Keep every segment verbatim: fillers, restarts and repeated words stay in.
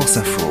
France Info.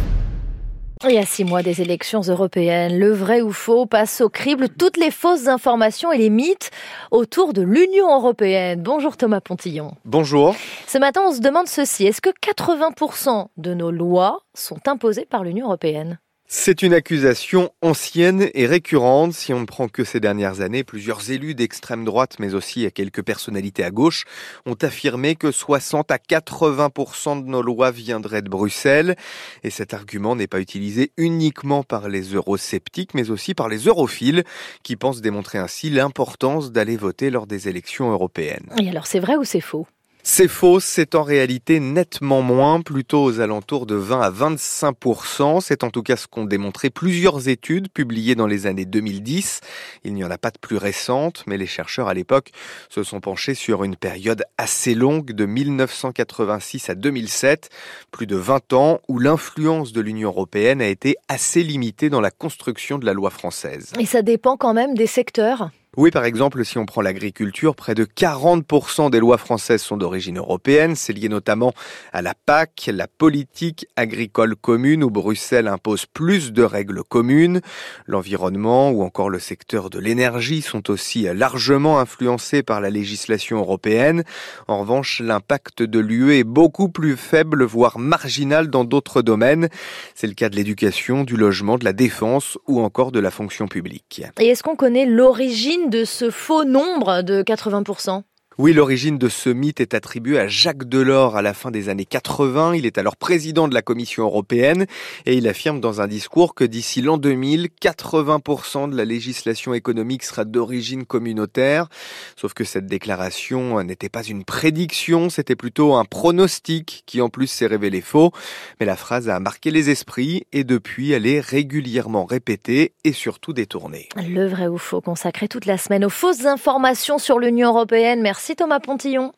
Et à six mois des élections européennes, le vrai ou faux passe au crible toutes les fausses informations et les mythes autour de l'Union européenne. Bonjour Thomas Pontillon. Bonjour. Ce matin, on se demande ceci. Est-ce que quatre-vingts pour cent de nos lois sont imposées par l'Union européenne ? C'est une accusation ancienne et récurrente. Si on ne prend que ces dernières années, plusieurs élus d'extrême droite, mais aussi quelques personnalités à gauche, ont affirmé que soixante à quatre-vingts pour cent de nos lois viendraient de Bruxelles. Et cet argument n'est pas utilisé uniquement par les eurosceptiques, mais aussi par les europhiles, qui pensent démontrer ainsi l'importance d'aller voter lors des élections européennes. Et alors, c'est vrai ou c'est faux ? C'est faux, c'est en réalité nettement moins, plutôt aux alentours de vingt à vingt-cinq pour cent. C'est en tout cas ce qu'ont démontré plusieurs études publiées dans les années deux mille dix. Il n'y en a pas de plus récentes, mais les chercheurs à l'époque se sont penchés sur une période assez longue de mille neuf cent quatre-vingt-six à deux mille sept, plus de vingt ans où l'influence de l'Union européenne a été assez limitée dans la construction de la loi française. Et ça dépend quand même des secteurs ? Oui, par exemple, si on prend l'agriculture, près de quarante pour cent des lois françaises sont d'origine européenne. C'est lié notamment à la P A C, la politique agricole commune, où Bruxelles impose plus de règles communes. L'environnement ou encore le secteur de l'énergie sont aussi largement influencés par la législation européenne. En revanche, l'impact de l'U E est beaucoup plus faible, voire marginal dans d'autres domaines. C'est le cas de l'éducation, du logement, de la défense ou encore de la fonction publique. Et est-ce qu'on connaît l'origine de ce faux nombre de quatre-vingts pour cent ? Oui, l'origine de ce mythe est attribuée à Jacques Delors à la fin des années quatre-vingts. Il est alors président de la Commission européenne et il affirme dans un discours que d'ici l'an deux mille, quatre-vingts pour cent de la législation économique sera d'origine communautaire. Sauf que cette déclaration n'était pas une prédiction, c'était plutôt un pronostic qui en plus s'est révélé faux. Mais la phrase a marqué les esprits et depuis elle est régulièrement répétée et surtout détournée. Le vrai ou faux consacré toute la semaine aux fausses informations sur l'Union européenne. Merci Thomas Pontillon.